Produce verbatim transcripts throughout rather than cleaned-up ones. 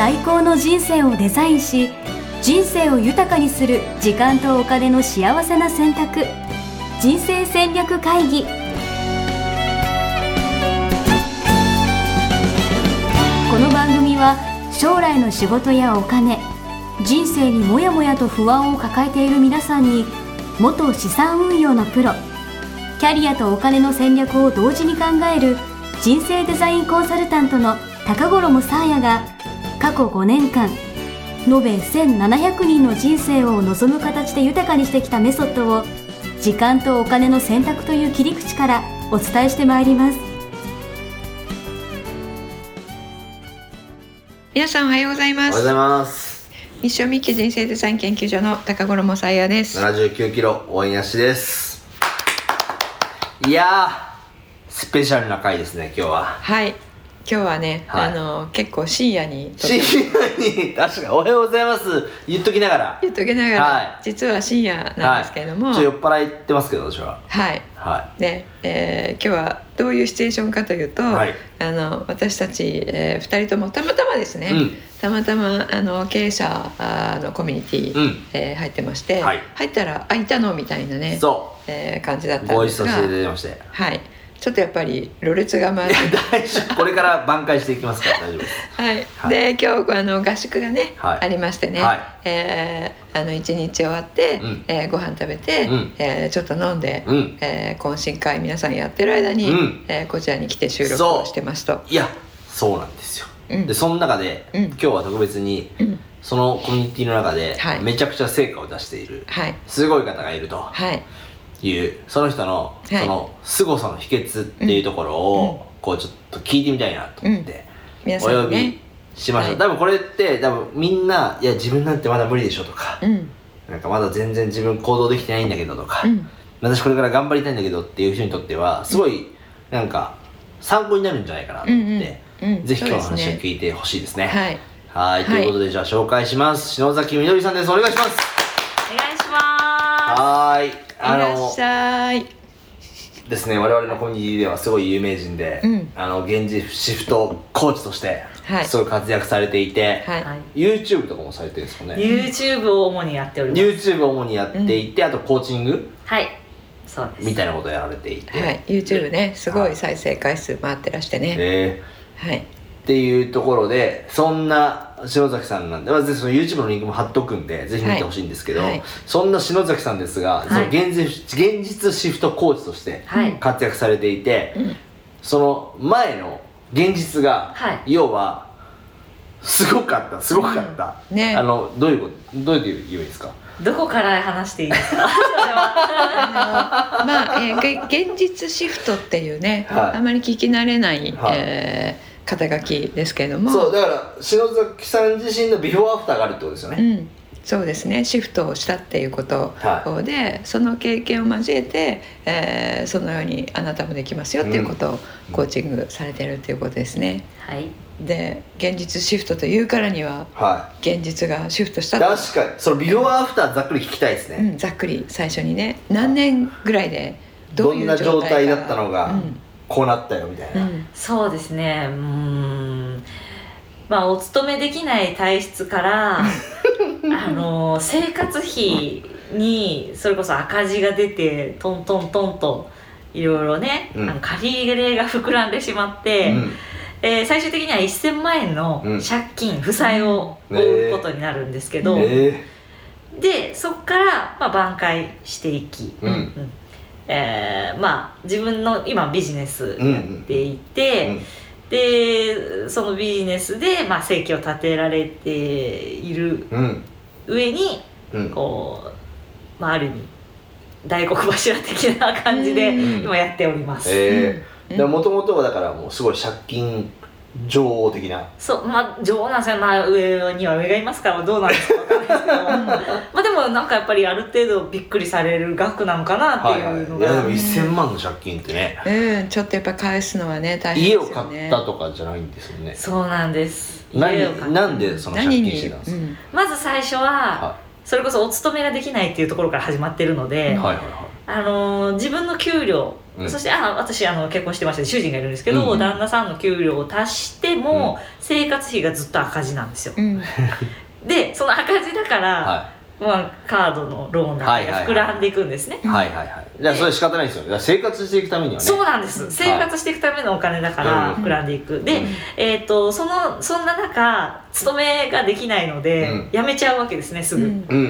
最高の人生をデザインし、人生を豊かにする時間とお金の幸せな選択、人生戦略会議。この番組は将来の仕事やお金、人生にもやもやと不安を抱えている皆さんに、元資産運用のプロ、キャリアとお金の戦略を同時に考える人生デザインコンサルタントの高頃もさあやが、過去ごねんかん延べせんななひゃくにんの人生を望む形で豊かにしてきたメソッドを、時間とお金の選択という切り口からお伝えしてまいります。 皆さんおはようございます。 おはようございます。 ミッションミッキー人生デザイン研究所の高頃もさあやです。 ななじゅうきゅうキロ応援足です。いやー、スペシャルな回ですね、今日は。 はい、今日はね、はい、あの結構深夜に深夜に確かにおはようございます言っときながら言っときながら、 はい、 実は深夜なんですけれども、 はい、ちょっと酔っ払ってますけど私ははい、はいでえー、今日はどういうシチュエーションかというと、はい、あの私たち、えー、ふたりともたまたまですね、うん、たまたまあの経営者のコミュニティ、うんえー、入ってまして、はい、入ったらあいたのみたいなね、そう、えー、感じだったんですが、 ご一緒して出まして、 はいちょっとやっぱりろれつが回って大丈夫これから挽回していきますから大丈夫です、 はいはい、で今日あの合宿がね、はい、ありましてね、はいえー、あのいちにち終わって、うんえー、ご飯食べて、うんえー、ちょっと飲んで、うんえー、懇親会皆さんやってる間に、うんえー、こちらに来て収録をしてますと。 いやそうなんですよ、うん、でその中で、うん、今日は特別に、うん、そのコミュニティの中で、はい、めちゃくちゃ成果を出している、はい、すごい方がいると、はいいうその人の、はい、その凄さの秘訣っていうところを、うん、こうちょっと聞いてみたいなと思って、うん、お呼びしました、ね、多分これって多分みんないや自分なんてまだ無理でしょとか、うん、なんかまだ全然自分行動できてないんだけどとか、うん、私これから頑張りたいんだけどっていう人にとってはすごいなんか参考になるんじゃないかなと思って、うんうんうん、ぜひ今日の話を聞いてほしいですね。はいはいということで、じゃあ紹介します。篠崎みどりさんです。お願いします。 お願いします。 はいあのいらっしゃいですね、我々のコミュニティではすごい有名人で、うん、あの現地シフトコーチとしてすごい活躍されていて、はい、YouTube とかもされてるんですかね。 YouTube を主にやっております。 YouTube を主にやっていて、うん、あとコーチングはいそうですみたいなことをやられていて、 はい、YouTube ねすごい再生回数回ってらしてね、 えー、はいっていうところで、そんな篠崎さんなんで、まずその YouTube のリンクも貼っとくんでぜひ見てほしいんですけど、はいはい、そんな篠崎さんですが、はい、その現実、現実シフトコーチとして活躍されていて、はい、その前の現実が、はい、要はすごかったすごかった、うんね、あのどういうことどういう言えばいいですか。 どこから話していいですかあのまあ、えー、現実シフトっていうね、はい、あまり聞き慣れない、はいえー肩書きですけれども、 そうだから篠崎さん自身のビフォーアフターがあるってことですよね、 うん、そうですね。シフトをしたっていうことで、はい、その経験を交えて、えー、そのようにあなたもできますよっていうことをコーチングされてるっていうことですね、うん、はいで現実シフトというからには、はい、現実がシフトしたと。 確かにそのビフォーアフターざっくり聞きたいですね、 うん、ざっくり最初にね何年ぐらいでどういう状態か、 どんな状態だったのが、うんこうなったよみたいな、うん、 そうですね。うーんまあお勤めできない体質からあの生活費にそれこそ赤字が出てトントントンといろいろね、うん、あの借り入れが膨らんでしまって、うんえー、最終的にはせんまんえんの借金、うん、負債を負うことになるんですけど、ね、でそこから、まあ、挽回していき、うんうんえー、まあ自分の今ビジネスやっていて、うんうん、でそのビジネスで、まあ、生計を立てられている上に、うん、こう、まあ、ある意味大黒柱的な感じで今やっております。 もともとはだからもうすごい借金女王的な。 そうまあ女王なんですよ。まあ上には上がいますからどうなんですか分かんないですけどまあでもなんかやっぱりある程度びっくりされる額なのかなっていうのが、 はいはい、いやでもせんまんの借金ってね、 うん、ちょっとやっぱ返すのはね大変ですよね。 家を買ったとかじゃないんですよね。 そうなんです。 家を買った。なんでその借金してたんですか、うん、 まず最初は、はい、それこそお勤めができないっていうところから始まってるので、はいはいはい、あのー、自分の給料うん、そしてあ私あの結婚してまして主人がいるんですけど、うん、旦那さんの給料を足しても、うん、生活費がずっと赤字なんですよ、うん、でその赤字だから、はいまあ、カードのローンだったりが膨らんでいくんですね。 はいはいはい。じゃあそれ仕方ないですよ。生活していくためにはね。 そうなんです。生活していくためのお金だから膨らんでいく。はい、で、うん、えっとそのそんな中勤めができないので、うん、辞めちゃうわけですねすぐ。うんうんうん、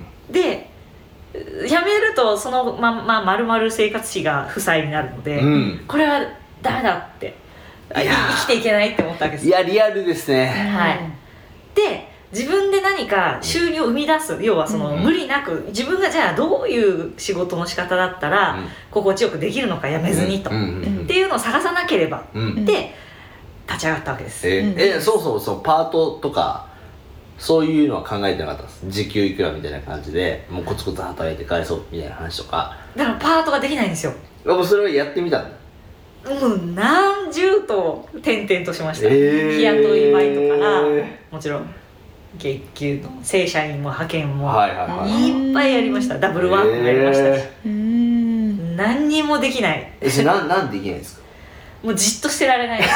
で辞めるとそのまま丸々生活費が負債になるので、うん、これはダメだって生きていけないって思ったわけです。 いやリアルですね。 はい。で自分で何か収入を生み出す、要はその無理なく自分がじゃあどういう仕事の仕方だったら心地よくできるのかやめずにと、っていうのを探さなければで立ち上がったわけです。 えー、えー、そうそうそうパートとかそういうのは考えてなかったんです。時給いくらみたいな感じでもうコツコツ働いて返そうみたいな話とか。 だからパートができないんですよ。 もうそれをやってみたんだ。 もう何十と転々としました、えー、日雇いバイトからもちろん月給の正社員も派遣もいっぱいやりました。ダブルワークもやりましたし、えー、何にもできない。 えそれななんでできないんですか？ もうじっとしてられない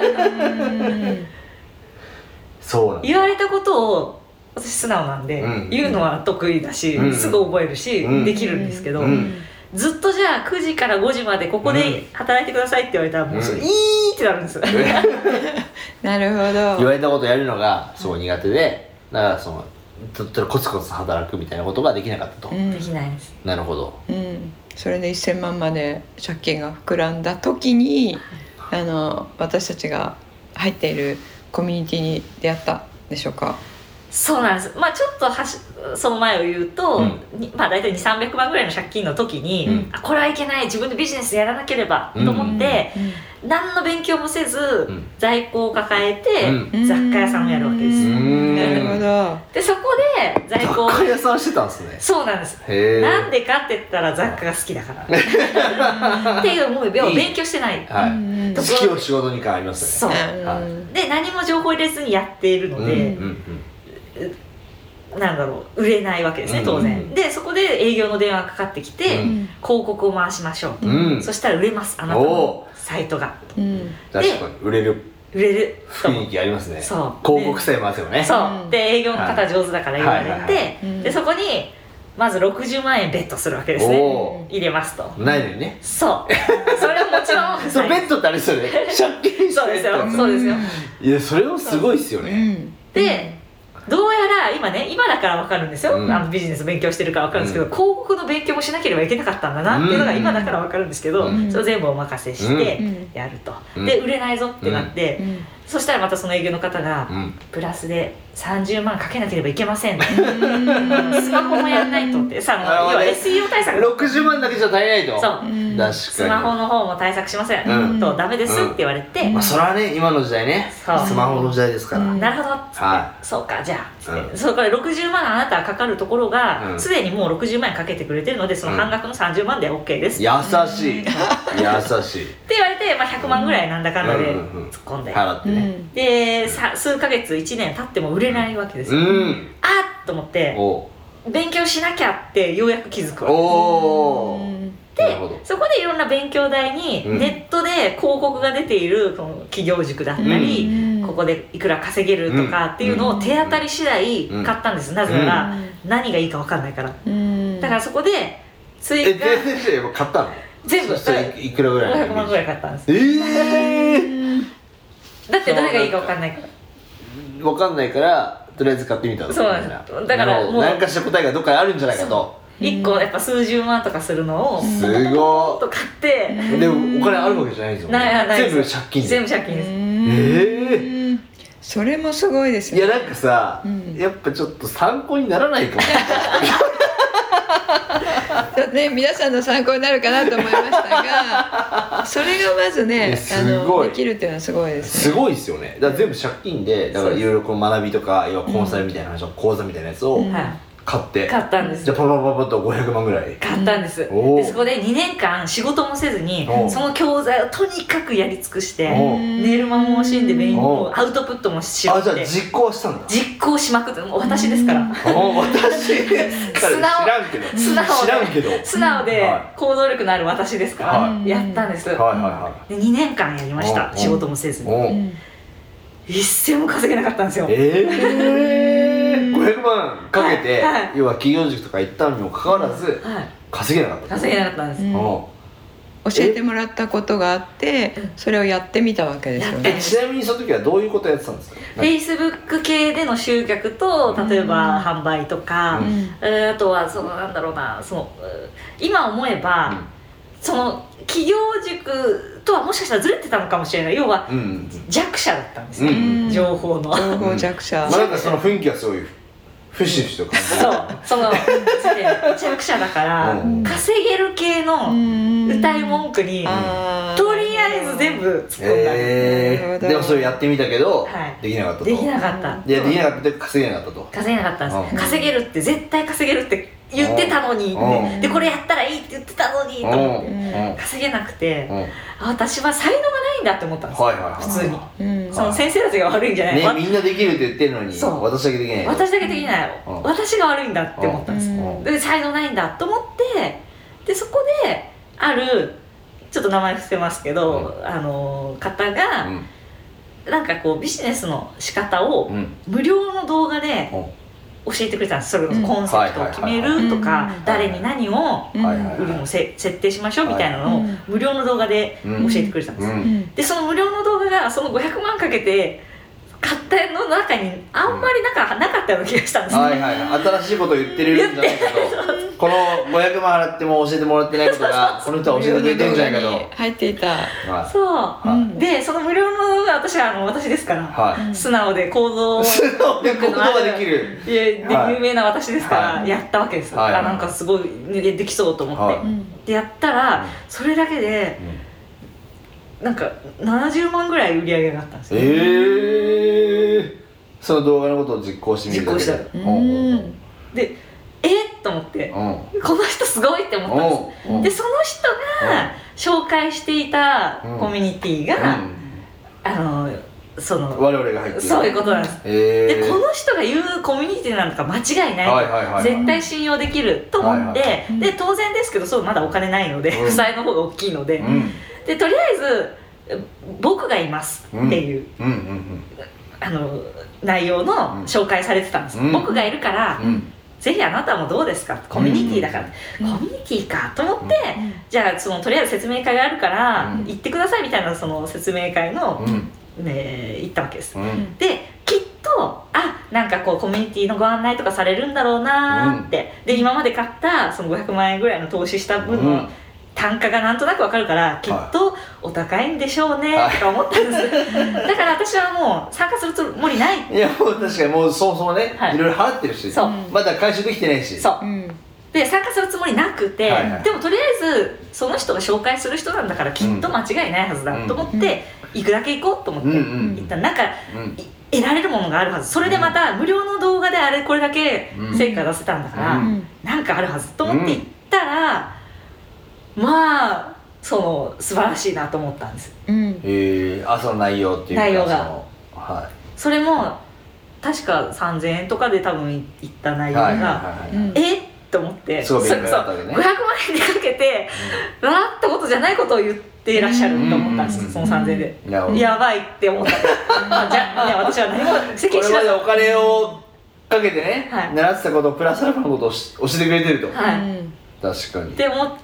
そうなんだ。 言われたことを私素直なんで、うん、言うのは得意だし、うん、すぐ覚えるし、うん、できるんですけど、うん、ずっとじゃあくじからごじまでここで働いてくださいって言われたらもうそれ、うん、いいってなるんです。 なるほど。 言われたことやるのがすごい苦手で、だからそのちょっとコツコツ働くみたいなことができなかったと、 うん、できないです。 なるほど、 うん、それでせんまんまで借金が膨らんだ時にあの私たちが入っているコミュニティに出会ったでしょうか？ そうなんです。まあちょっとはしその前を言うと、うんまあ、大体にひゃく、さんびゃくまんぐらいの借金の時に、うん、あこれはいけない自分でビジネスやらなければと思って、うんうんうん、何の勉強もせず、うん、在庫を抱えて、うん、雑貨屋さんをやるわけです。 なるほど。 でそこで在庫を雑貨屋さんしてたんですね。 そうなんです。なんでかって言ったら雑貨が好きだからっていう思いを勉強してない、 はい、好きを仕事に変わりますよね。 そう、はい、で何も情報入れずにやっているので、うんうんうんなんだろう売れないわけですね当然、うんうん、でそこで営業の電話がかかってきて、うん、広告を回しましょう、うん、そしたら売れますあなたのサイトが、うん、 確かに売れる売れる雰囲気ありますね。 そう広告さえ回せばね。 そうで営業の方上手だから言われて、はいはいはいはい、でそこにまずろくじゅうまんえんベットするわけですね。入れますとないのにね。 そうそれはもちろんそうベットってあれですよね借金そうですよそうですよ。 いやそれもすごいっすよね。 でどうやら今ね今だから分かるんですよ、うん、あのビジネス勉強してるから分かるんですけど、うん、広告の勉強もしなければいけなかったんだなっていうのが今だから分かるんですけど、うん、それを全部お任せしてやると、うん、で売れないぞってなって、うん、そしたらまたその営業の方が、うん、プラスでさんじゅうまんかけなければいけません、うん、スマホもやんないとってさ要は エスイーオー 対策ろくじゅうまんだけじゃ足りないと。 そう、確かにスマホの方も対策しません、うん、とダメですって言われて、 まあ、それはね今の時代ねスマホの時代ですから、 なるほどっつって、はい、そうかじゃあつって、うん、それからろくじゅうまんあなたはかかるところがすで、うん、にもうろくじゅうまん円かけてくれてるのでその半額のさんじゅうまんで OK です、 うん、優しい優しいって言われて、まあ、ひゃくまんぐらいなんだかんだで突っ込んで、 払ってね、 でさ数ヶ月いちねん経っても売れないわけですよ、うん、あっと思って勉強しなきゃってようやく気づくわけです。おでそこでいろんな勉強代にネットで広告が出ているこの企業塾だったり、うん、ここでいくら稼げるとかっていうのを手当たり次第買ったんです。なぜなら何がいいか分かんないから、うん、だからそこで追加え全然買ったの全部いくらぐらいごひゃくまんぐらい買ったんです。 えー、 だってどれがいいか分かんないから分かんないからとりあえず買ってみたの。 そうなんです。だからもう何かしら答えがどっかにあるんじゃないかと。 いっこやっぱ数十万とかするのをすごいと買ってでもお金あるわけじゃないんですよね。 ないない全部借金で全部借金です。えー、それもすごいですね。 いやなんかさ、うん、やっぱちょっと参考にならないかもね、皆さんの参考になるかなと思いましたがそれがまずねあのできるっていうのはすごいですね。すごいですよね。だから全部借金でだからいろいろこう学びとか要はコンサルみたいな話、うん、講座みたいなやつを買って買ったんです。 じゃあパパパパとごひゃくまんぐらい買ったんです、うん、でそこでにねんかん仕事もせずにその教材をとにかくやり尽くして寝る間も惜しんで勉強アウトプットもしようって。 あ、じゃあ実行したんだ。 実行しまくって、もう私ですから私ですから知らんけど素直知らんけど素直で行動力のある私ですから、はい、やったんです、はいはいはい、でにねんかんやりました。仕事もせずに一銭も稼げなかったんですよ。 えー、ごひゃくまんかけて、はいはい、要は企業塾とか行ったにもかかわらず、はい、稼げなかった。 稼げなかったんです、うん、 教えてもらったことがあってそれをやってみたわけですよね。 ちなみにその時はどういうことやってたんですか。 Facebook 系での集客と例えば販売とか、うん、あとはそのなんだろうな、その今思えば、うん、その企業塾とはもしかしたらずれてたのかもしれない。要は弱者だったんですね、うん、情報の情報弱者、 まあ、なんかその雰囲気はすごいフシフシと感じる。 そうその弱者だから稼げる系の歌い文句にとりあえず全部突っ込んだ、 えー、でもそれやってみたけど、はい、できなかったと。 できなかった。 いやできなかったって稼げなかったと。 稼げなかったんです。稼げるって絶対稼げるって言ってたのにってでこれやったらいいって言ってたのにと思って稼げなくて、私は才能がないんだって思ったんです、はいはいはい、普通に、うん、その先生たちが悪いんじゃない、 ね、みんなできるって言ってるのに私だけできない。 私だけできない、うん、私が悪いんだって思ったんです、うん、で才能ないんだと思ってでそこであるちょっと名前伏せますけど、うん、あの方が、うん、なんかこうビジネスの仕方を無料の動画で、うん教えてくれたんです。それこそコンセプトを決めるとか誰に何を売るのを設定しましょうみたいなのを無料の動画で教えてくれたんです。でその無料の動画がそのごひゃくまんかけて買ったの中にあんまりなんかなかったような気がしたんですね。 はいはい、新しいことを言ってるんじゃないかとこのごひゃくまん払っても教えてもらってないことがこの人は教えてくれてるんじゃないかと入っていた。 そう、はい、でその無料の動画私はあの私ですから、はい、素直で行動素直で行動ができるいやで、はい、有名な私ですからやったわけです、はい、あなんかすごいできそうと思って、はい、でやったらそれだけで、うんなんかななじゅうまんぐらい売り上げがあったんですよ。 えー、その動画のことを実行してみるだけで。実行した。うんで、えー、と思って、うん、この人すごいって思ったんです。うん、でその人が紹介していたコミュニティが、うん、あのその我々が入っているそういうことなんです。えー、でこの人が言うコミュニティなんか間違いない、はいはいはいはい、絶対信用できると思って、はいはいはい、で当然ですけどそうまだお金ないので、うん、負債の方が大きいので。うんでとりあえず僕がいますっていう、うんうんうんうん、あの内容の紹介されてたんです、うん、僕がいるから、うん、ぜひあなたもどうですかコミュニティだから、うん、コミュニティかと思って、うん、じゃあそのとりあえず説明会があるから、うん、行ってくださいみたいなその説明会の、うんね、行ったわけです、うん、できっとあなんかこうコミュニティのご案内とかされるんだろうなって、うん、で今まで買ったそのごひゃくまんえんぐらいの投資した分の、うん単価がなんとなく分かるからきっとお高いんでしょうねとか思ったんです、はい、だから私はもう参加するつもりないいやもう確かにもうそもそもね、はい、いろいろ払ってるしそうまだ回収できてないしそう、うん、で参加するつもりなくて、はいはい、でもとりあえずその人が紹介する人なんだからきっと間違いないはずだと思って、うん、行くだけ行こうと思って行ったらなんか、うん、得られるものがあるはずそれでまた無料の動画であれこれだけ成果出せたんだから、うん、なんかあるはずと思って行ったら、うんまあその素晴らしいなと思ったんです、 うん、えー、あその内容っていうか内容がその、はい、 それも確かさんぜんえんとかで多分いった内容が、はいはいはいはい、えっと思ってすごい勉強だったわけねごひゃくまんえんでかけてわ、うん、ーってことじゃないことを言っていらっしゃると思ったんです、うんうん、そのさんぜんえんで、うん、やばいって思ったあじゃあ、ね、私は何も責任知らないこれまでお金をかけてね、はい、習ってたことプラスアルファのことを教えてくれてるとはい、うん確かにって思って、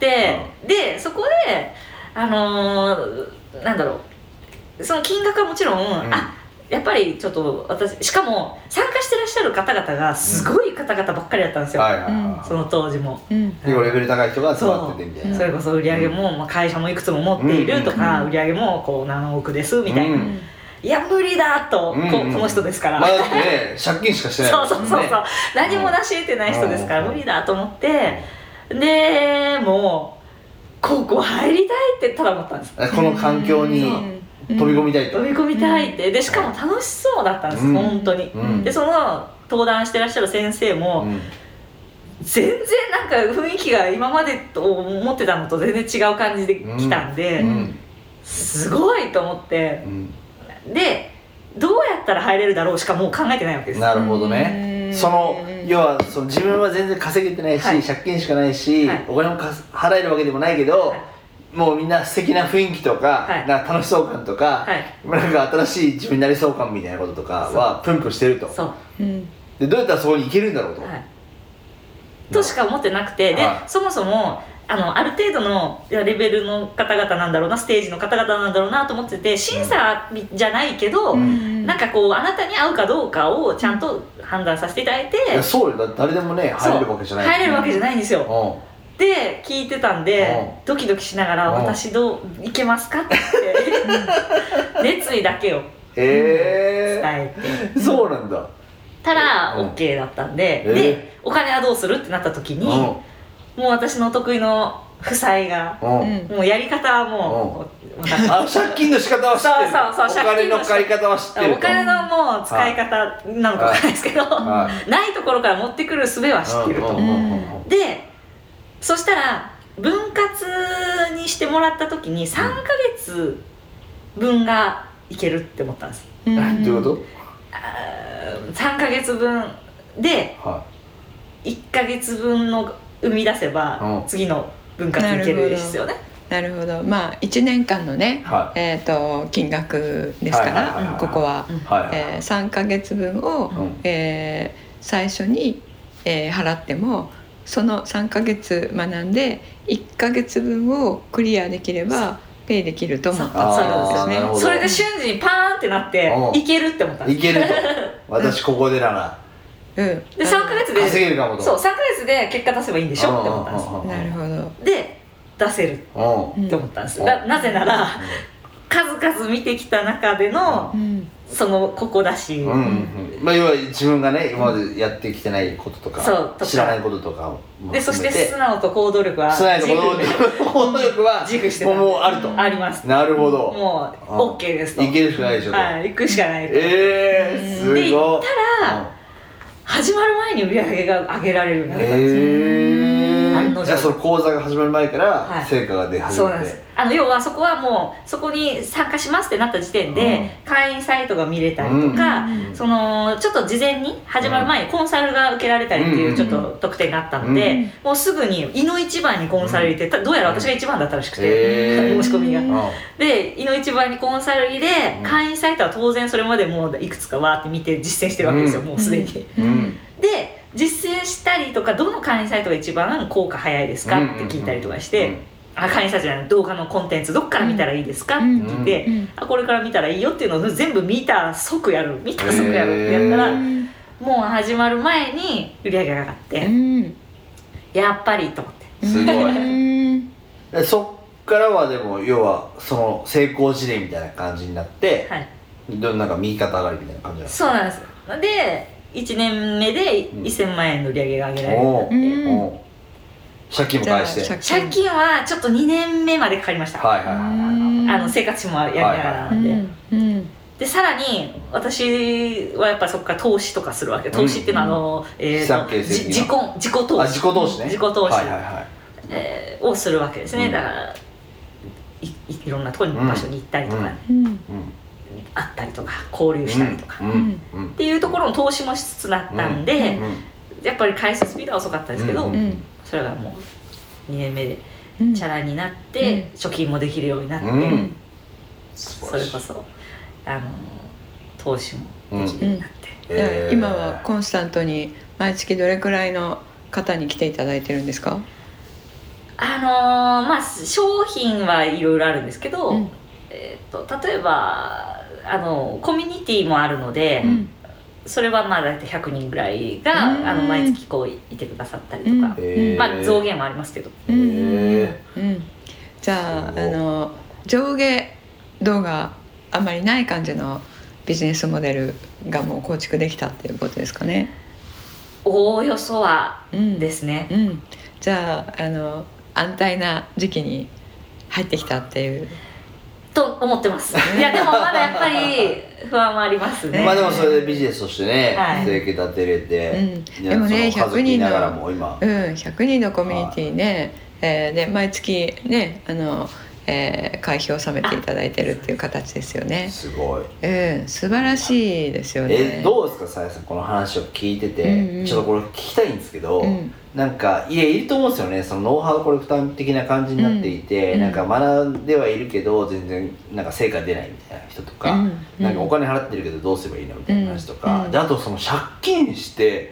うん、でそこであのー、なんだろうその金額はもちろん、うん、あやっぱりちょっと私しかも参加してらっしゃる方々がすごい方々ばっかりだったんですよ、うん、その当時も、うん、 結構レベル高い人が集まっててみたいなそ, それこそ売り上げも、まあ、会社もいくつも持っているとか、うん、売り上げもこう何億ですみたいな、うんいや無理だと、うんうん、こ, この人ですから、 まあ、だってね借金しかしてない、 ね、そうそうそうそう何も成し得てない人ですから、うん、無理だと思ってでもうここ入りたいってただ思ったんですこの環境に飛び込みたいと、 うん、飛び込みたいってでしかも楽しそうだったんです、うん、本当に、うん、でその登壇してらっしゃる先生も、うん、 全然なんか雰囲気が今までと思ってたのと全然違う感じで来たんで、うんうん、すごいと思って、うん、でどうやったら入れるだろうしかもう考えてないわけです。 なるほどね。その要はその自分は全然稼げてないし、はい、借金しかないし、はい、お金も払えるわけでもないけど、はい、もうみんな素敵な雰囲気とか、はい、なんか楽しそう感とか、はい、なんか新しい自分になりそう感みたいなこととかはプンプンしてると。そう、うん、でどうやったらそこに行けるんだろうと、はい、 としか思ってなくて、で、はい、そもそもあのある程度のレベルの方々なんだろうな、ステージの方々なんだろうなと思ってて、審査じゃないけど、うん、なんかこうあなたに合うかどうかをちゃんと判断させていただいて、 いやそうよ、誰でもね入れるわけじゃない、 入れるわけじゃないんですよ、うん、で聞いてたんで、うん、ドキドキしながら、うん、私どういけますかって熱意だけを伝えて、 そうなんだ。 たら OK だったんで、うん、でお金はどうするってなった時に、うんもう私の得意の負債が、うん、もうやり方はもう、うん、 あ借金の仕方は知ってる。 そうそうそう、 お金の借り方は知ってる。 お金のもう使い方なのかわからないですけど、ないところから持ってくる術は知ってると、うん、でそしたら分割にしてもらった時にさんかげつぶんがいけるって思ったんです。 うん、どういうこと？ さんかげつぶんでいっかげつぶんの生み出せば次の分割いけるですよね。 なるほど。まあいちねんかんのね、はい、えーと金額ですから、ここは、えー、さんかげつぶんを、うんえー、最初に、えー、払ってもそのさんかげつ学んでいっかげつぶんをクリアできればペイできると思ったそうですね。それで瞬時にパーンってなっていけるって思ったんです。 いけると私ここでならうん、でさんかげつで稼げるかもと。 そうさんかげつで結果出せばいいんでしょって思ったんです。 なるほど。 で出せるって思ったんです。な, なぜなら数々見てきた中での、うん、そのここだし、うんうんうんまあ、要は自分がね今までやってきてないこととか、そうとか知らないこととかもでそして素直と行動力は素直と行動力は自負してもうあると。 あります。 なるほど。 もう OK ですと。 いけるしかないでしょと。 はい、行くしかないと。 えー、すごい。 で行ったら、うん始まる前に売り上げが上げられるようになったんですよ。 えー、じゃあその講座が始まる前から成果が出始めて、はい、そうなんです。 あの要はそこはもうそこに参加しますってなった時点で、うん、会員サイトが見れたりとか、うん、そのちょっと事前に始まる前にコンサルが受けられたりっていうちょっと特典があったので、うん、もうすぐにいの一番にコンサル入れて、どうやら私が一番だったらしくて、えー、申し込みが、うん、でいの一番にコンサル入れ、会員サイトは当然それまでもういくつかわーって見て実践してるわけですよ、うん、もうすでに、うん、で実践したりとかどの会員サイトが一番効果早いですかって聞いたりとかして、うんあ会員サイトじゃない動画のコンテンツどっから見たらいいですかって聞いて、うんうん、あこれから見たらいいよっていうのを全部見た即やる見た即やるってやったら、えー、もう始まる前に売り上げが上がって、うん、やっぱりと思ってすごいそっからはでも要はその成功事例みたいな感じになって、はい、どんなんか右肩上がりみたいな感じなんですか。 そうなんです。でいちねんめでいっせんまんえんの売り上げが上げられるようになって、うん借金も返して借金はちょっとにねんめまでかかりました。はいはいはいはい、あの生活費もやりながらなんで、はいはいうん、でさらに私はやっぱそこから投資とかするわけ。投資っていうのはあの、うんえー、と自己自己投資自己投資ね自己投資、はいはいはいえー、をするわけですね、うん、だからい, い, いろんなところに場所に行ったりとか、うんうん、会ったりとか交流したりとか、うんうん、っていうところの投資もしつつだったんで、うんうん、やっぱり回数スピードは遅かったですけど、うんうんそれがもうにねんめでチャラになって、うん、貯金もできるようになって、うん、それこそあの投資もできるようになって、 うんえー、今はコンスタントに毎月どれくらいの方に来ていただいてるんですか。 あのー、まあ商品はいろいろあるんですけど、うんえー、と例えばあのコミュニティもあるので、うんそれはまあ大体ひゃくにんぐらいがあの毎月こういてくださったりとか、まあ増減はありますけど、うんうん、じゃあ、 あの上下動画あんまりない感じのビジネスモデルがもう構築できたっていうことですかね。 おおよそはですね、うんうん、 じゃあ、あの安泰な時期に入ってきたっていうと思ってます。いやでもまだやっぱり不安はありますね。 まあでもそれでビジネスとしてね、はい、生計立てれて、 うん、でもねひゃくにんのうんひゃくにんのコミュニティね、えー、で毎月ねあの、えー、会費を納めていただいてるっていう形ですよね。 すごい。 うん素晴らしいですよね。 えどうですかさやさんこの話を聞いてて、うんうん、ちょっとこれ聞きたいんですけど。うんなんかいやいると思うんですよね。そのノウハウコレクター的な感じになっていて、うん、なんか学んではいるけど全然なんか成果出ないみたいな人とか、うん、なんかお金払ってるけどどうすればいいのみたいな話とか、うん、であとその借金して、うん、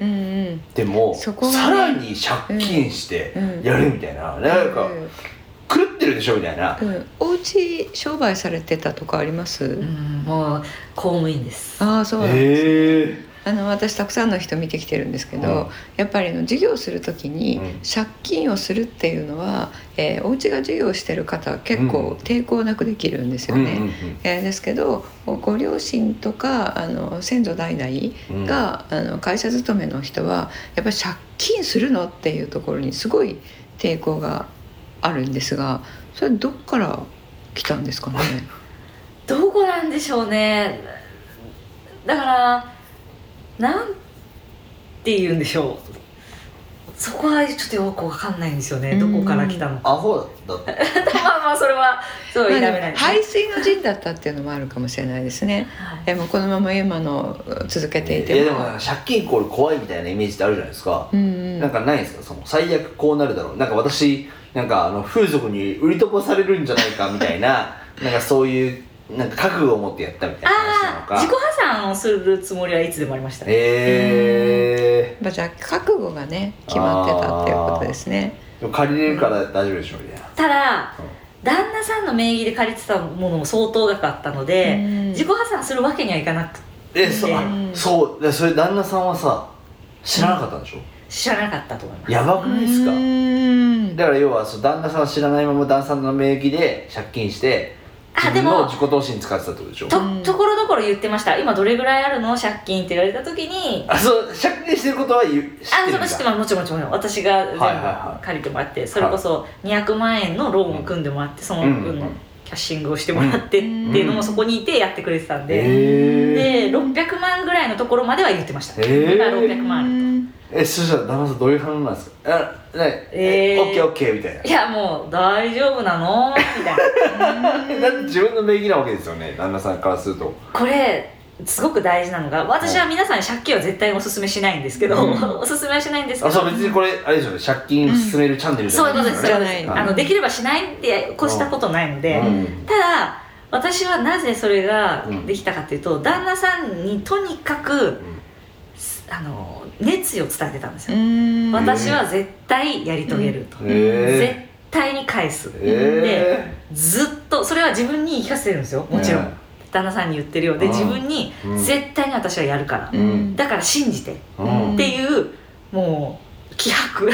でも、ね、さらに借金してやるみたいな、うん、なんか狂ってるでしょみたいな、 うん、お家商売されてたとかあります？うんもう公務員です。 ああそうなんですね。あの私たくさんの人見てきてるんですけど、うん、やっぱりの事業するときに借金をするっていうのは、うんえー、お家が事業してる方は結構抵抗なくできるんですよね、うんうんうんえー、ですけどご両親とかあの先祖代々が、うん、あの会社勤めの人はやっぱり借金するのっていうところにすごい抵抗があるんですが、それどっから来たんですかね？ どこなんでしょうね。だからなんて言うんでしょう、そこはちょっとよく分かんないんですよね。どこから来たのか。 アホだったまあまあそれはそう否めないですね。 背水の陣だったっていうのもあるかもしれないですね、はい、でもこのまま今の続けていても、 いやでも借金イコール怖いみたいなイメージってあるじゃないですか、うんうん、なんかないですかその最悪こうなるだろう、なんか私なんかあの風俗に売り飛ばされるんじゃないかみたいななんかそういうなんか覚悟を持ってやったみたいな話なのか。 自己破産をするつもりはいつでもありました。 へえー、 じゃあ覚悟がね決まってたっていうことですね。 でも借りれるから大丈夫でしょうみたいな。 ただ、うん、旦那さんの名義で借りてたものも相当額あったので、自己破産するわけにはいかなくて。 えそそうでそれ旦那さんはさ知らなかったんでしょ？ 知らなかったと思います。 やばくないですか？だから要はそう旦那さんは知らないまま旦那さんの名義で借金して自分の自己投資に使ってたってことでしょ。 と, ところどころ言ってました。今どれぐらいあるの借金って言われた時に、 あそう借金してることは言う知ってるんだ。 あそれ知ってます。もちろんもちろん私が全部借りてもらって、はいはいはい、それこそにひゃくまんえんのローンを組んでもらって、その分のキャッシングをしてもらってっていうのもそこにいてやってくれてたんで、でろっぴゃくまんぐらいのところまでは言ってました。だからろっぴゃくまんあると。 えそしたら旦那さんどういう反応なんですか？あねえー、オッケーオッケーみたいな。 いやもう大丈夫なのみたいなだって自分の名義なわけですよね旦那さんからすると。 これすごく大事なのが、私は皆さんに借金は絶対におすすめしないんですけど、うん、おすすめはしないんですけど、 あそう別にこれあれですよね借金進めるチャンネルじゃないですよね、うん、そういうことですよね、 あのできればしないって越したことないので、うん、ただ私はなぜそれができたかっていうと、旦那さんにとにかく、うん、あの熱意を伝えてたんですよ。私は絶対やり遂げると、絶対に返すでずっとそれは自分に言い聞かせてるんですよ。もちろん旦那さんに言ってるようで、自分に絶対に私はやるから、うん、だから信じて、うん、っていうもう気迫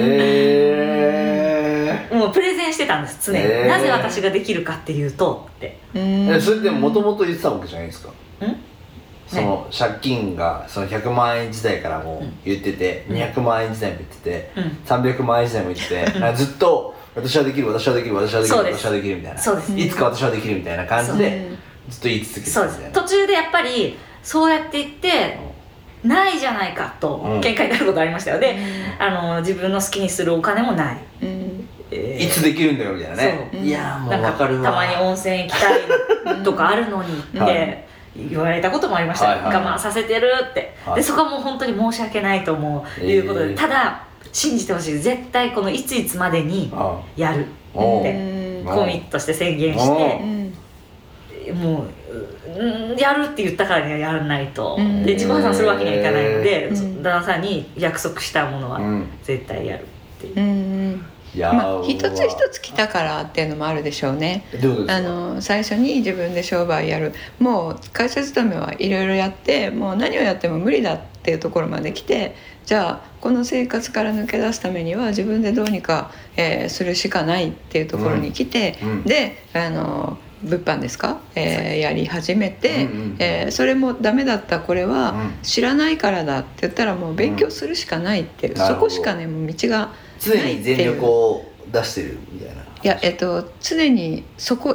えー、もうプレゼンしてたんです常に、えー、なぜ私ができるかっていうとって、 えそれでももともと言ってたわけじゃないですか。んその借金がそのひゃくまんえん時代からも言ってて、うん、にひゃくまんえん時代も言ってて、うん、さんびゃくまんえん時代も言ってて、うん、ずっと私はできる私はできる私はできる私はできるみたいな、 そうです、 いつか私はできるみたいな感じでずっと言い続けてたんですね。途中でやっぱりそうやって言ってないじゃないかと喧嘩になることありましたよね、うん、あの自分の好きにするお金もない、うんえー、いつできるんだよみたいなね。 そういやもう分かるわ。 たまに温泉行きたいとかあるのにって言われたこともありました、はいはい、我慢させてるって、はい、でそこはもう本当に申し訳ないと思う、えー、いうことで、ただ信じてほしい、絶対このいついつまでにやるってコミットして宣言してもうやるって言ったからにはやらないと、で自己破産するわけにはいかないので、旦那さんに約束したものは絶対やるっていう、うんいやまあ、一つ一つ来たからっていうのもあるでしょうね。 どうですか？ あの最初に自分で商売やる、もう会社勤めはいろいろやってもう何をやっても無理だっていうところまで来て、じゃあこの生活から抜け出すためには自分でどうにか、えー、するしかないっていうところに来て、うん、であの物販ですか、えー、やり始めて、うんうんえー、それもダメだった、これは知らないからだって言ったらもう勉強するしかないっていう、うん、そこしかねもう道が常に全力を出してるみたいな。 いや、えっと、常にそこ一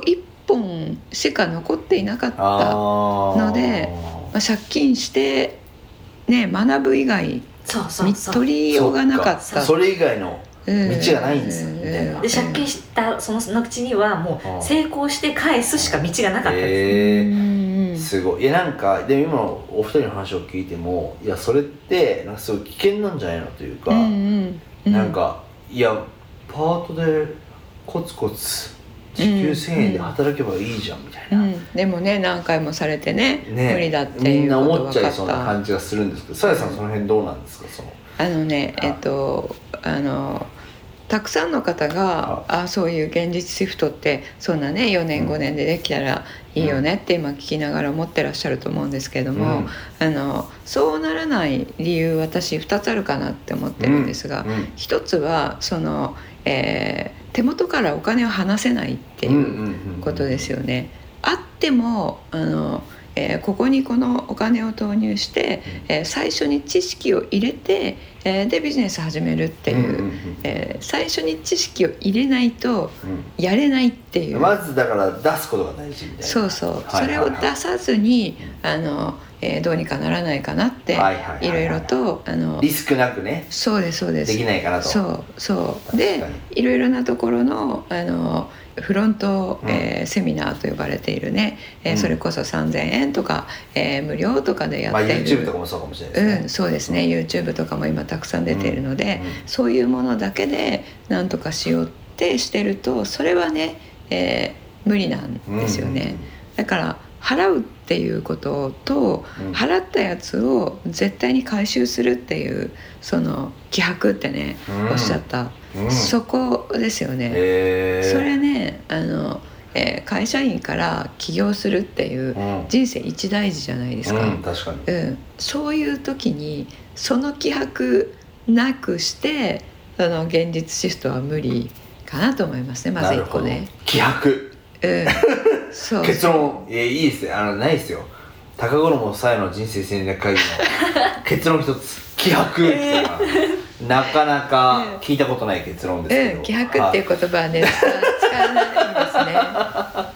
本しか残っていなかったので、まあ、借金してね学ぶ以外取りようがなかった。 それ以外の道がないんですよ、みたいな。 で借金したその後にはもう成功して返すしか道がなかったです。 へー、すごい。いやなんかでも今のお二人の話を聞いても、いやそれってなんかすごい危険なんじゃないのというか、うんうん、なんかいやパートでコツコツ時給せんえんで働けばいいじゃんみたいな、うんうん、 でもね何回もされて ね, ね無理だっていうことが分かった。みんな思っちゃいそうな感じがするんですけど、さやさんその辺どうなんですか？そのあのねえっとあのたくさんの方がああそういう現実シフトってそんなねよねんごねんでできたらいいよねって今聞きながら思ってらっしゃると思うんですけども、うん、あのそうならない理由私ふたつあるかなって思ってるんですが、うんうん、ひとつはその、えー、手元からお金を離せないっていうことですよね。あってもあのえー、ここにこのお金を投入して、えー、最初に知識を入れて、えー、でビジネス始めるっていう、うんうんうんえー、最初に知識を入れないとやれないっていう、 うん、まずだから出すことが大事みたいな。 そうそう、はいはいはい、それを出さずにあの、えー、どうにかならないかなっていろいろとあのリスクなくねそうですそうですできないかなと。 そうそうでいろいろなところのあのフロント、えー、セミナーと呼ばれているね、えーうん、それこそさんぜんえんとか、えー、無料とかでやっている、 まあ、YouTube とかもそうかもしれないですね、 うん、そうですね、うん、YouTube とかも今たくさん出ているので、うんうん、そういうものだけでなんとかしようってしてるとそれはね、えー、無理なんですよね、うんうんうん、だから払うっていうことと、うん、払ったやつを絶対に回収するっていうその気迫ってね、うん、おっしゃった、うん、そこですよね。それねあの、えー、会社員から起業するっていう人生一大事じゃないですか、 うん、確かに、 うん、そういう時にその気迫なくしてあの現実シフトは無理かなと思いますね。まず一個ね気迫、うん、そう結論いやいいですね。あのないですよ高衣さえの人生戦略会議の結論一つ気迫っていうのはなかなか聞いたことない結論ですけど、 うん、気迫っていう言葉はね使わないですね。あ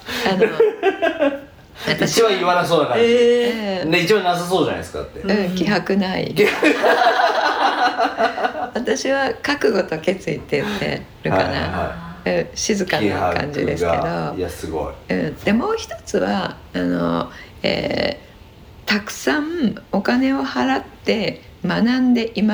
の一番言わなそうな感じ、えー、で一番なさそうじゃないですかって、 うん、気迫ない私は覚悟と決意って言ってるかな、はいはい、静かな感じですけど、 いやすごい、 うん、でもう一つはあの、えー、たくさんお金を払って学んでいます、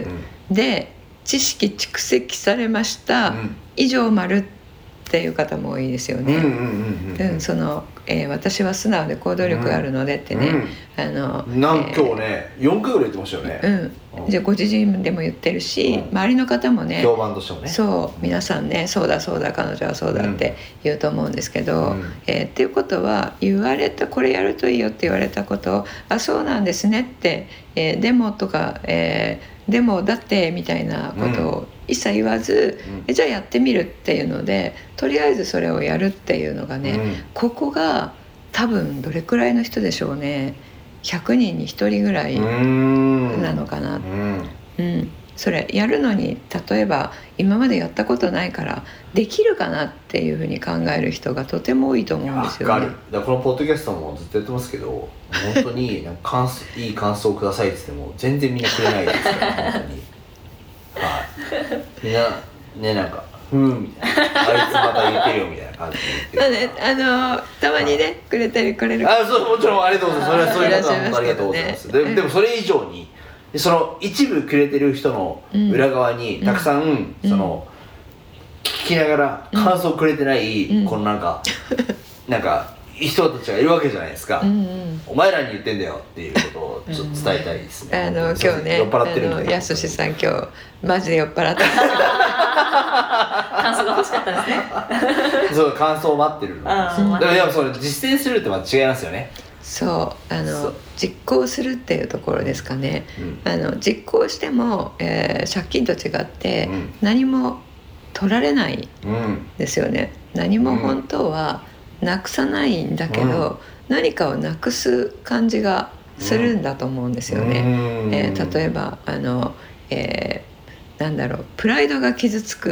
うん、で知識蓄積されました、うん、以上丸っていう方も多いですよね。その、えー、私は素直で行動力があるのでってね、うん、あのなん、えー、今日ねよんかいぐらい言ってましたよね、 うん、じゃあご自身でも言ってるし、うん、周りの方もね評判としてもねそう皆さんねそうだそうだ彼女はそうだって言うと思うんですけど、うんえー、っていうことは言われたこれやるといいよって言われたことをあそうなんですねって、えー、でもとか、えー、でもだってみたいなことを一切言わず、うん、じゃあやってみるっていうのでとりあえずそれをやるっていうのがね、うん、ここが多分どれくらいの人でしょうねひゃくにんにひとりぐらいなのかな、うんうん、それやるのに例えば今までやったことないからできるかなっていうふうに考える人がとても多いと思うんですよね。 わかる。だからこのポッドキャストもずっとやってますけど本当になんか感想いい感想をくださいって言っても全然みんなくれないですから本当にはい、みんなねなんかふーんみたいなあいつまた言ってるよみたいな感じで言ってるから、ね、あのたまにね、はい、くれたりくれるあそうもちろんありがとうございます。それはそういうことは本当ありがとうございます、ね、で, でもそれ以上にその一部くれてる人の裏側にたくさん、うん、その聞きながら感想くれてない、うん、このなんかなんか人たちがいるわけじゃないですか、うんうん、お前らに言ってんだよっていうことをちょっと伝えたいですね、 うん、あの今日ね酔っ払ってるんでやすしさん今日マジで酔っ払ってる感想が欲しかったですねそう感想を待ってるのでもでもそれ実践するってまた違いますよね。 そうあの実行するっていうところですかね、うん、あの実行しても、えー、借金と違って何も取られないですよね、うん、何も本当はなくさないんだけど、うん、何かをなくす感じがするんだと思うんですよね、うんえー、例えばあの、えー、なんだろうプライドが傷つくっ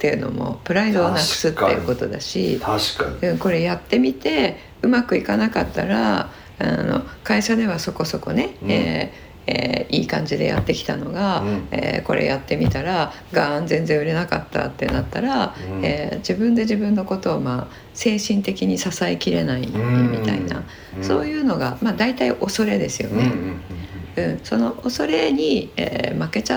っていうのもプライドをなくすっていうことだし、 確かにこれやってみてうまくいかなかったらあの会社ではそこそこね、うんえーえー、いい感じでやってきたのが、うんえー、これやってみたらガーン全然売れなかったってなったら、うんえー、自分で自分のことを、まあ、精神的に支えきれないみたいな、うん、そういうのが、まあ、大体恐れですよね、うんうんうん、その恐れに、えー、負けちゃって、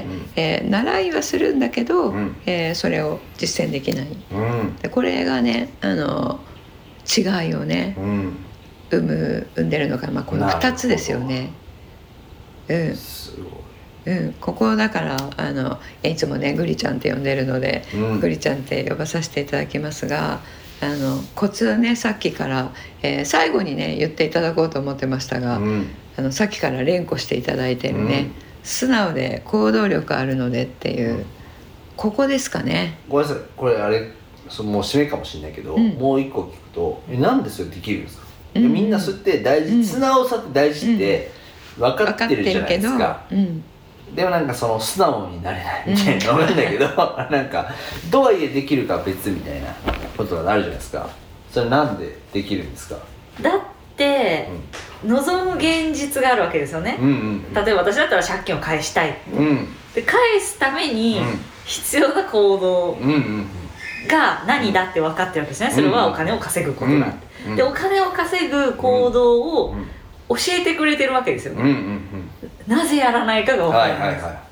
うんえー、習いはするんだけど、うんえー、それを実践できない、うん、でこれがねあの違いをね、うん、生む生んでるのが、まあ、このふたつですよね。うんすごいうん、ここだからあのいつもねグリちゃんって呼んでるので、うん、グリちゃんって呼ばさせていただきますがあのコツはねさっきから、えー、最後にね言っていただこうと思ってましたが、うん、あのさっきから連呼していただいてるね、うん、素直で行動力あるのでっていう、うん、ここですかね。 ごめんなさいこれあれそもう締めかもしれないけど、うん、もう一個聞くとえなんでそれできるんですか、うん、みんなそれって大事、うん、素直さって大事って、うん分かってるじゃないですか、うん、でもなんかその素直になれないみたいなのなんだけど、うん、なんかとはいえできるか別みたいなことがあるじゃないですか。それなんでできるんですか。 だって、うん、望む現実があるわけですよね、うんうんうん、例えば私だったら借金を返したい、うん、で返すために必要な行動が何だって分かってるわけですね。それはお金を稼ぐことだ、うんうん、でお金を稼ぐ行動を、うんうん教えてくれてるわけですよね、うんうんうん、なぜやらないかが分からないです、はいはいはい、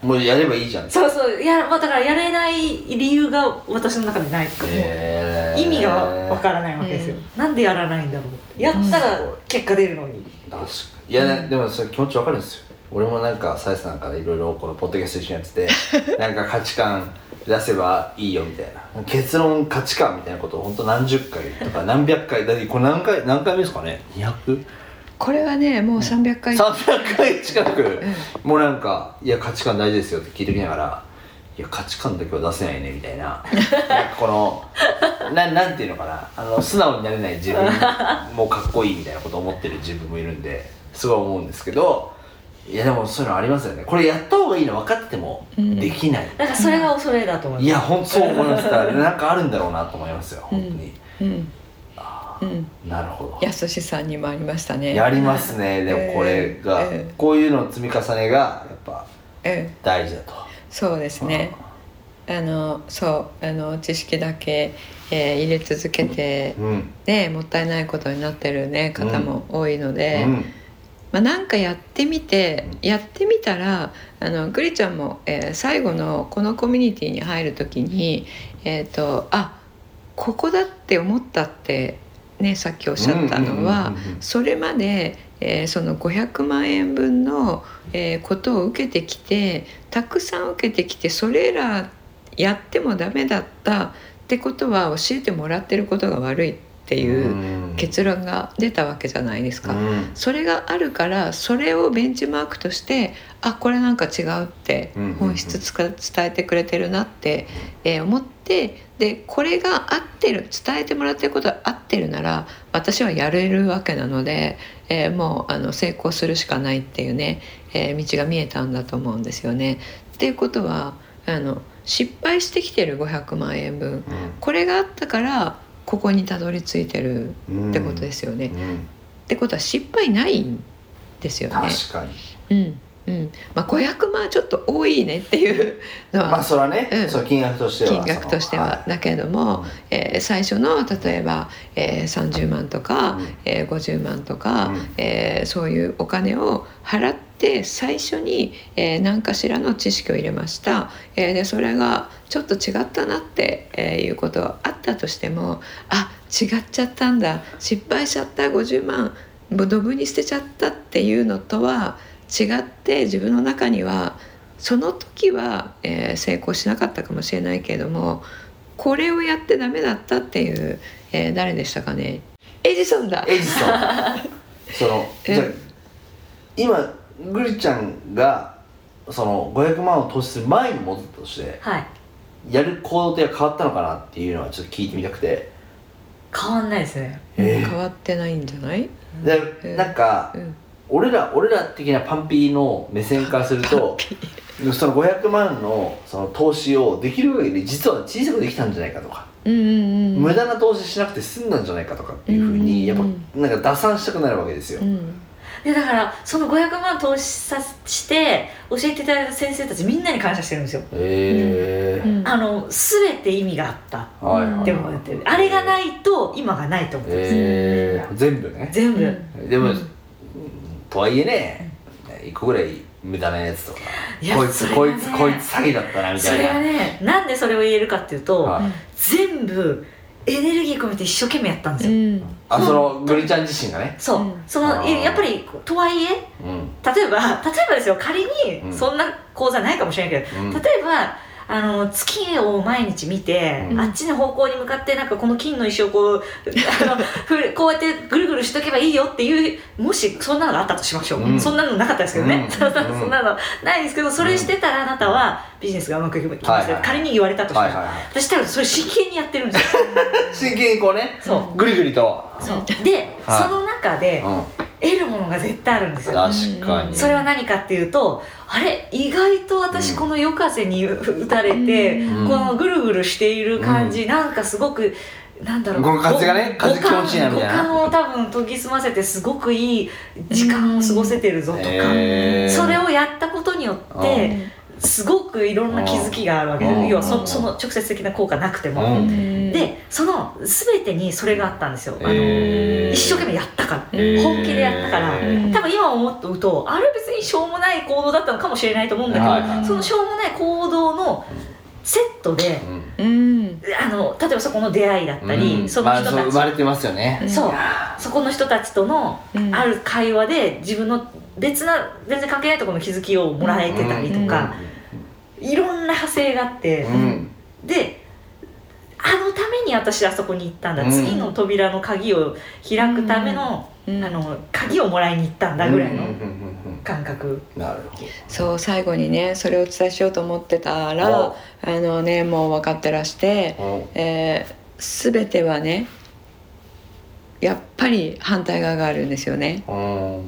もうやればいいじゃん。 そうそうや、まあ、だからやれない理由が私の中でないとか、えー、意味が分からないわけですよ、えー、なんでやらないんだろうやったら結果出るのに、 確かにいや、ね、でもそれ気持ち分かるんですよ。俺もなんかサイさんからいろいろこのポッドキャスト一緒にやっててなんか価値観出せばいいよみたいな結論価値観みたいなことを本当何十回とか何百回だってこれ何回何回目ですかね。にひゃくこれはねもうさんびゃっかいさんびゃっかい近く、うん、もうなんかいや価値観大事ですよって聞いてきながらいや価値観だけは出せないねみたいななんかこの な, なんていうのかなあの素直になれない自分もかっこいいみたいなことを思ってる自分もいるんですごい思うんですけどいやでもそういうのありますよね。これやった方がいいの分かってもできない、 うん、だからそれが恐れだと思います。 いや本当そう思いますからなんかあるんだろうなと思いますよ本当に、 うんうんうん、 なるほど。 やすしさんにもありましたね。 やりますね。でもこれが、えーえー、こういうの積み重ねがやっぱ大事だと、 えー、そうですね。あのそうあの知識だけ、えー、入れ続けて、うん、ねもったいないことになってる、ね、方も多いので、うんまあ、なんかやってみてやってみたらあのグリちゃんも、えー、最後のこのコミュニティに入るときに、えーと、あここだって思ったってね、さっきおっしゃったのはそれまで、えー、そのごひゃくまんえんぶんの、えー、ことを受けてきてたくさん受けてきてそれらやってもダメだったってことは教えてもらってることが悪いっていう結論が出たわけじゃないですか。それがあるからそれをベンチマークとしてあこれなんか違うって本質つか伝えてくれてるなって、えー、思ってでこれが合ってる伝えてもらってることが合ってるなら私はやれるわけなので、えー、もうあの成功するしかないっていうね、えー、道が見えたんだと思うんですよね。っていうことはあの失敗してきてるごひゃくまんえんぶん、うん、これがあったからここにたどり着いてるってことですよね、うんうん、ってことは失敗ないんですよね。 確かに、 うんうんまあ、ごひゃくまんちょっと多いねっていうのはまあそれはね、うん、その金額としては金額としては、はい、だけども、うんえー、最初の例えば、えー、さんじゅうまんとか、うんえー、ごじゅうまんとか、うんえー、そういうお金を払って最初に、えー、何かしらの知識を入れました、えー、でそれがちょっと違ったなって、えー、いうことがあったとしてもあ違っちゃったんだ失敗しちゃったごじゅうまんドブに捨てちゃったっていうのとは違って自分の中にはその時は、えー、成功しなかったかもしれないけれどもこれをやってダメだったっていう、えー、誰でしたかねエジソンだエジソンそのじゃ今グリちゃんがそのごひゃくまんを投資する前に戻ったとして、はい、やる行動って変わったのかなっていうのはちょっと聞いてみたくて。 変わんないですね、 えー、変わってないんじゃない？ でなんか、うん俺ら俺ら的なパンピーの目線からするとそのごひゃくまんのその投資をできる限り実は小さくできたんじゃないかとか、うんうんうん、無駄な投資しなくて済んだんじゃないかとかっていうふうにやっぱなんか打算したくなるわけですよ、うん、 でだからそのごひゃくまん投資さして教えていただいた先生たちみんなに感謝してるんですよ。へー、うん、あの全て意味があったって思ってる、はいはい、あれがないと今がないと思ってるんです、 えー、全部ね全部、うん、 でも、うん、とはいえねいっこぐらい無駄なやつとかこいつ、ね、こいつこいつ詐欺だったなみたいな。 それはねなんでそれを言えるかっていうと、はい、全部エネルギー込めて一生懸命やったんですよ、うん、 あそのグリちゃん自身がねそう、うん、そのやっぱりとはいえ、うん、例えば例えばですよ仮にそんな講座ないかもしれないけど、うん、例えばあの月を毎日見て、うん、あっちの方向に向かってなんかこの金の石をこうあのこうやってぐるぐるしとけばいいよっていうもしそんなのがあったとしましょう、うん、そんなのなかったですけどね、うん、そんなのないですけどそれしてたらあなたはビジネスがうまくいきますよ、はいはい、仮に言われたとしても、はいはいはい、私多分それ真剣にやってるんですよ真剣にこうねそうぐりぐりとそうで、はい、その中で、うん得るものが絶対あるんですよ。 確かに。 それは何かっていうとあれ意外と私この夜風に打たれて、うん、このぐるぐるしている感じ、うん、なんかすごかなんだろうこの風がね風気持ちいいなみたいな五感を多分研ぎ澄ませてすごくいい時間を過ごせてるぞとか、えー、それをやったことによってすごくいろんな気づきがあるわけで要は そ, その直接的な効果なくても、うん、でその全てにそれがあったんですよ。あの、えー、一生懸命やったから、えー、本気でやったから、えー、多分今思うとあれ別にしょうもない行動だったのかもしれないと思うんだけど、はいはい、そのしょうもない行動のセットで、うん、あの例えばそこの出会いだったり、うん、その人たち、まあ、 そう生まれてますよね。 そうそこの人たちとのある会話で自分の別な全然関係ないところの気づきをもらえてたりとか、うん、いろんな派生があって、うん、であのために私あそこに行ったんだ、うん、次の扉の鍵を開くための、うん、あの鍵をもらいに行ったんだぐらいの感覚、 うん、なるほど。 そう最後にねそれをお伝えしようと思ってたらあのねもう分かってらして、えー、全てはねやっぱり反対側があるんですよね。うん、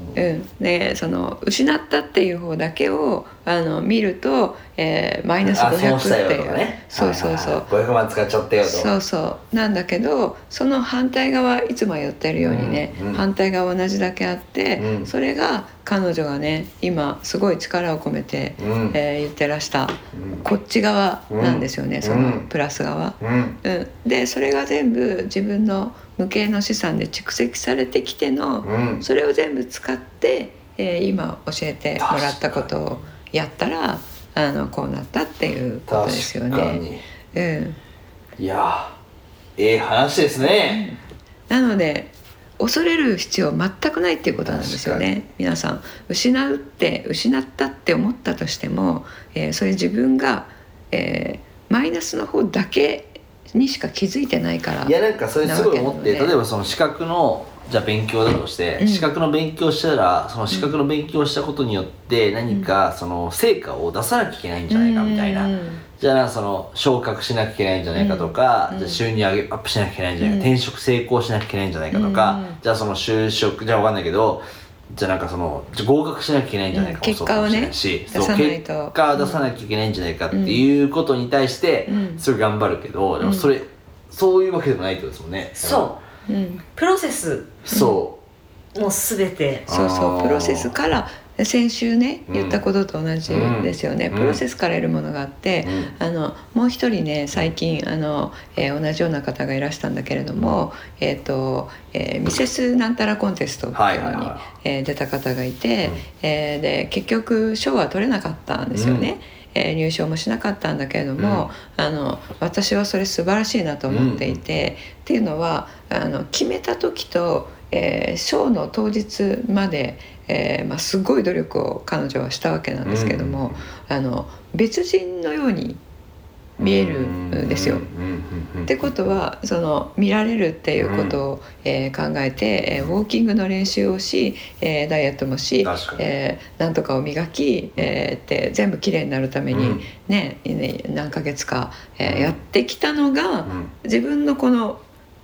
でその失ったっていう方だけをあの見ると、えー、マイナスごひゃくっていう、 ね、 そうそうそう、はいはいはい、 ごひゃくまん使っちゃったよとそうそうなんだけどその反対側いつも言ってるようにね、うんうん、反対側同じだけあって、うん、それが彼女がね今すごい力を込めて、うんえー、言ってらした、うん、こっち側なんですよね、うん、そのプラス側、うんうん、でそれが全部自分の無形の資産で蓄積されてきての、うん、それを全部使って、えー、今教えてもらったことをやったらあのこうなったっていうことですよね。うん、 いやええ話ですね、 うん、なので恐れる必要全くないっていうことなんですよね。皆さん失うって失ったって思ったとしても、えー、それ自分が、えー、マイナスの方だけにしか気づいてないから。 いやなんかそれすごい思って例えばその資格のじゃあ勉強だとして、うん、資格の勉強したらその資格の勉強したことによって何かその成果を出さなきゃいけないんじゃないかみたいな、うん、じゃあその昇格しなきゃいけないんじゃないかとか、うん、じゃあ収入上げアップしなきゃいけないんじゃないか、うん、転職成功しなきゃいけないんじゃないかとか、うん、じゃあその就職じゃあ分かんないけどじゃあなんかその合格しなきゃいけないんじゃないかもそうかもしれないし、 結果をね出さないと結果を出さなきゃいけないんじゃないかっていうことに対してそれ頑張るけど、でもそれそういうわけでもないってことですもんね。 そう、うん、プロセスそうもう全てそうそうプロセスから先週ね言ったことと同じですよね、うん、プロセスから得るものがあって、うん、あのもう一人ね最近あの、えー、同じような方がいらしたんだけれども、えーとえー、ミセスなんたらコンテストっていうのに、えー、出た方がいて、うんえー、で結局賞は取れなかったんですよね、うんえー、入賞もしなかったんだけれども、うん、あの私はそれ素晴らしいなと思っていて、うん、っていうのはあの決めた時とえー、ショーの当日まで、えーまあ、すごい努力を彼女はしたわけなんですけども、うん、あの別人のように見えるんですよ。ってことはその見られるっていうことを、えー、考えて、えー、ウォーキングの練習をし、えー、ダイエットもし、えー、なんとかを磨き、えー、って全部きれいになるために、ねね、何ヶ月か、えー、やってきたのが、自分のこの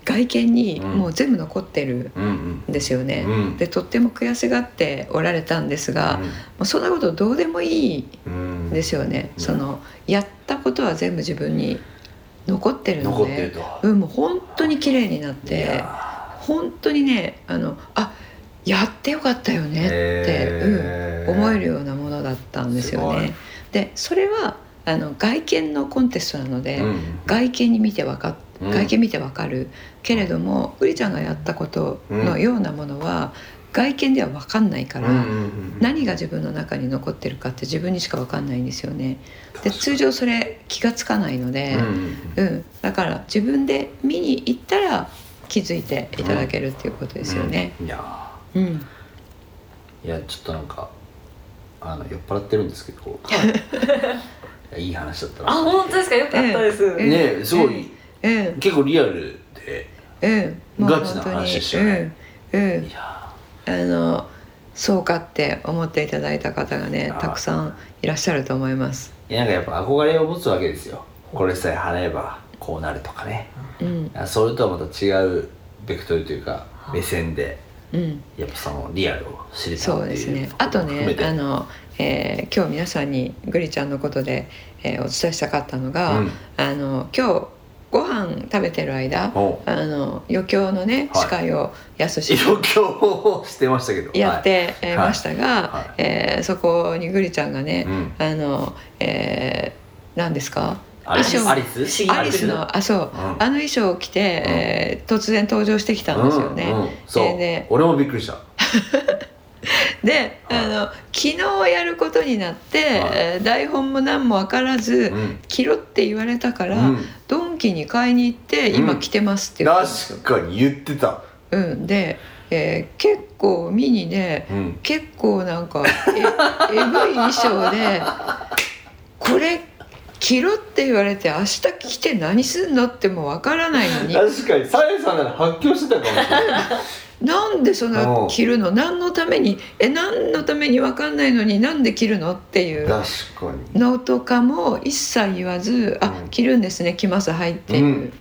外見にもう全部残ってるんですよね、うんうん、でとっても悔しがっておられたんですが、うん、もうそんなことどうでもいいんですよね、うん、そのやったことは全部自分に残ってるので、うん、もう本当に綺麗になって本当にねあのあやってよかったよねって、うん、思えるようなものだったんですよね。でそれはあの外見のコンテストなので、うん、外見に見てわか外見見てわかる、うん、けれどもうりちゃんがやったことのようなものは、うん、外見では分かんないから、うんうんうん、何が自分の中に残ってるかって自分にしか分かんないんですよね。で通常それ気がつかないので、うんうんうん、だから自分で見に行ったら気づいていただけるっていうことですよね、 うんうん、いや、うん、いやちょっとなんかあの酔っ払ってるんですけどいい話だったな。 あ、本当ですか。よかったです、えー、ねえすごい、えー、結構リアルで、えー、ガチな話でしたよね、えーえー、いやあのそうかって思っていただいた方がねたくさんいらっしゃると思います。 いやなんかやっぱ憧れを持つわけですよ。これさえ払えばこうなるとかね、うん、それとはまた違うベクトルというか目線で、うん、やっぱそのリアルを知りたいっていう。そうですね。 あとねあのえー、今日皆さんにグリちゃんのことで、えー、お伝えしたかったのが、うん、あの今日ご飯食べてる間あの余興のね、はい、司会をやすし余興をしてましたけどやってましたが、はいはいえー、そこにグリちゃんがね、うん、あの、えー、何ですかアリスアリスアリスのあそう、うん、あの衣装を着て、うんえー、突然登場してきたんですよね、うんうん、 そうで、ね、俺もびっくりしたで、はい、あの昨日やることになって、はい、台本も何も分からず、うん、着ろって言われたから、うん、ドンキに買いに行って、うん、今着てますって言ったんですよ。 確かに言ってた、 うん、で、えー、結構ミニで、うん、結構なんかええぐい衣装でこれ着ろって言われて明日着て何すんのってもう分からないのに確かにさやさんなら発狂してたかもしれないなんでその着るの何のためにえ何のために分かんないのになんで着るのっていうのとかも一切言わず、うん、あ着るんですね着ますはいっていう、うん、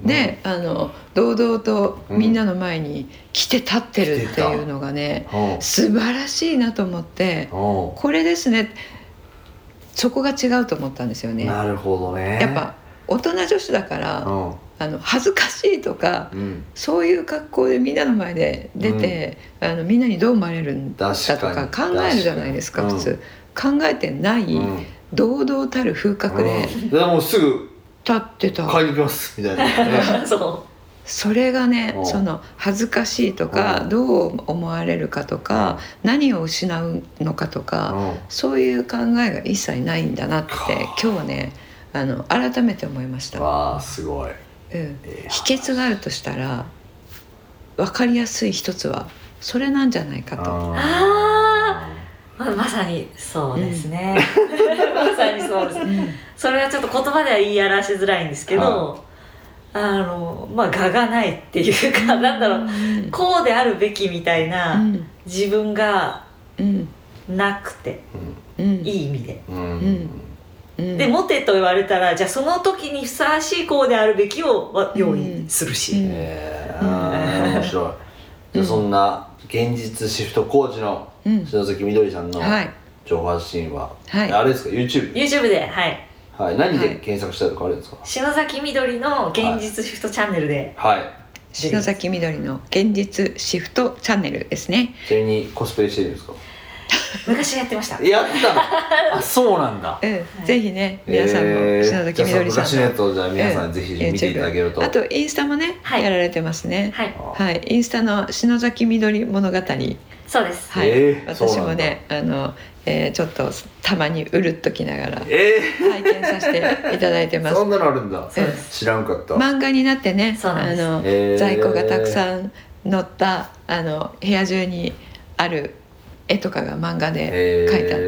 であの堂々とみんなの前に着て立ってるっていうのがね、うん、素晴らしいなと思ってこれですねそこが違うと思ったんですよね。 なるほどね。 やっぱ大人女子だから、うんあの恥ずかしいとか、うん、そういう格好でみんなの前で出て、うん、あのみんなにどう思われるんだとか考えるじゃないですか普通、うん、考えてない、うん、堂々たる風格で、 うん、でもうすぐ立ってた買いに行きますみたいな、ね、 そうそれがねその恥ずかしいとかどう思われるかとか何を失うのかとかそういう考えが一切ないんだなって今日はねあの改めて思いました。 わーすごいうん、秘訣があるとしたら分かりやすい一つはそれなんじゃないかと。 ああ、まさにそうですね、うん、まさにそうです、うん、それはちょっと言葉では言い表しづらいんですけどあのまあ我がないっていうかなんだろう、うん、こうであるべきみたいな、うん、自分がなくて、うん、いい意味で、うんうんでモテと言われたらじゃあその時にふさわしいこうであるべきを用意するし、うんうんえー、面白いじゃあそんな現実シフトコーチの篠崎みどりさんの情報発信は、はい、あれですか YouTube? YouTube ではいはい、何で検索したいとかあるんですか、はい、 篠崎みどりの現実シフトチャンネルで、 はい、はい、 篠崎みどりの現実シフトチャンネルですね。 ちなみにコスプレしてるんですか？ 昔やってました。 やったのあ、そうなんだ、 うん、ぜひね皆さんも篠崎みどりさんの昔のやつをじゃあ皆さんぜひ見ていただけると、 あとインスタもね、はい、やられてますね、はいはい、インスタの篠崎みどり物語そうです、 はいえー、私もねあの、えー、ちょっとたまにうるっときながら、えー、拝見させていただいてますそんなのあるんだ、そうです、知らんかった。 漫画になってねあの、えー、在庫がたくさん載ったあの部屋中にある絵とかが漫画で書いてあって、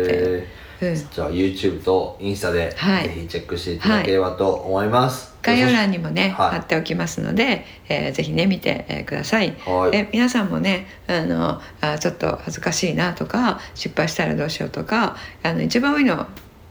うん、じゃあ YouTube とインスタでぜひチェックしていただければと思います、 はい、概要欄にもね、はい、貼っておきますので、えー、ぜひね見て、えー、ください、はい、え皆さんもねあのあちょっと恥ずかしいなとか失敗したらどうしようとかあの一番多いの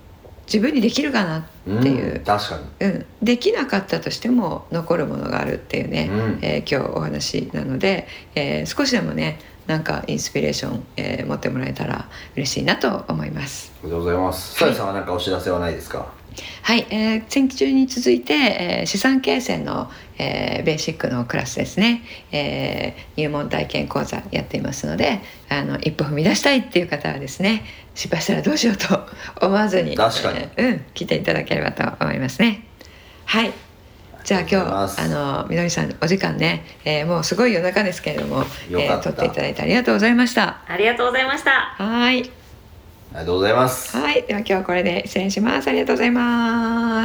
自分にできるかなっていう、 うん、確かに、 うん、できなかったとしても残るものがあるっていうね、うん、えー、今日お話なので、えー、少しでもねなんかインスピレーション、えー、持ってもらえたら嬉しいなと思います。 ありがとうございます。さやさんは何かお知らせはないですか？ はい、えー、前期中に続いて、えー、資産形成の、えー、ベーシックのクラスですね、えー、入門体験講座やっていますので、あの一歩踏み出したいっていう方はですね、失敗したらどうしようと思わずに、 確かに、 えー、うん、来ていただければと思いますね。はい、じゃあ今日あのみのりさんお時間ね、えー、もうすごい夜中ですけれども、えー、撮っていただいてありがとうございました。 ありがとうございました。 はい、 ありがとうございます。 はい、では今日はこれで失礼します。ありがとうございます。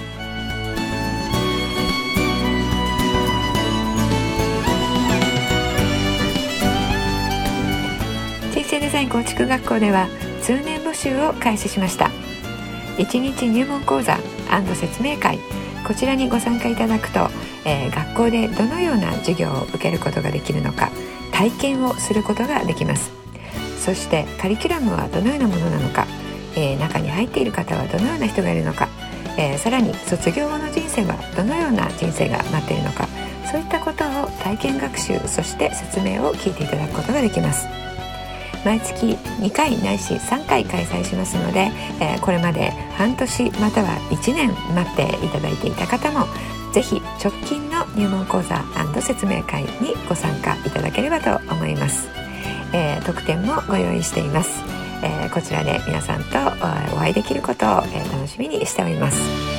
人生デザイン構築学校では通年募集を開始しました。いちにち入門講座&説明会、こちらにご参加いただくと、えー、学校でどのような授業を受けることができるのか体験をすることができます。そしてカリキュラムはどのようなものなのか、えー、中に入っている方はどのような人がいるのか、えー、さらに卒業後の人生はどのような人生が待っているのか、そういったことを体験学習、そして説明を聞いていただくことができます。毎月にかいないしさんかい開催しますので、えー、これまで半年またはいちねん待っていただいていた方もぜひ直近の入門講座&説明会にご参加いただければと思います。えー、特典もご用意しています。えー、こちらで皆さんとお会いできることを、えー、楽しみにしております。